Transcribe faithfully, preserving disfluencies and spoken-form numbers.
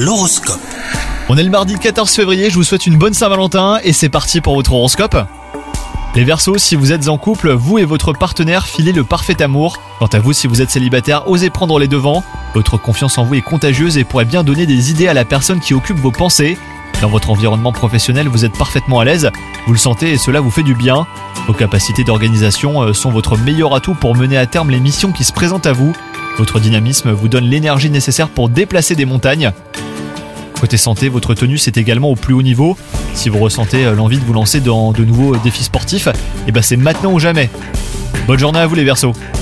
L'horoscope. On est le mardi quatorze février, je vous souhaite une bonne Saint-Valentin et c'est parti pour votre horoscope. Les Verseaux, si vous êtes en couple, vous et votre partenaire filez le parfait amour. Quant à vous, si vous êtes célibataire, osez prendre les devants. Votre confiance en vous est contagieuse et pourrait bien donner des idées à la personne qui occupe vos pensées. Dans votre environnement professionnel, vous êtes parfaitement à l'aise, vous le sentez et cela vous fait du bien. Vos capacités d'organisation sont votre meilleur atout pour mener à terme les missions qui se présentent à vous. Votre dynamisme vous donne l'énergie nécessaire pour déplacer des montagnes. Côté santé, votre tonus est également au plus haut niveau. Si vous ressentez l'envie de vous lancer dans de nouveaux défis sportifs, et ben c'est maintenant ou jamais. Bonne journée à vous les Verseaux.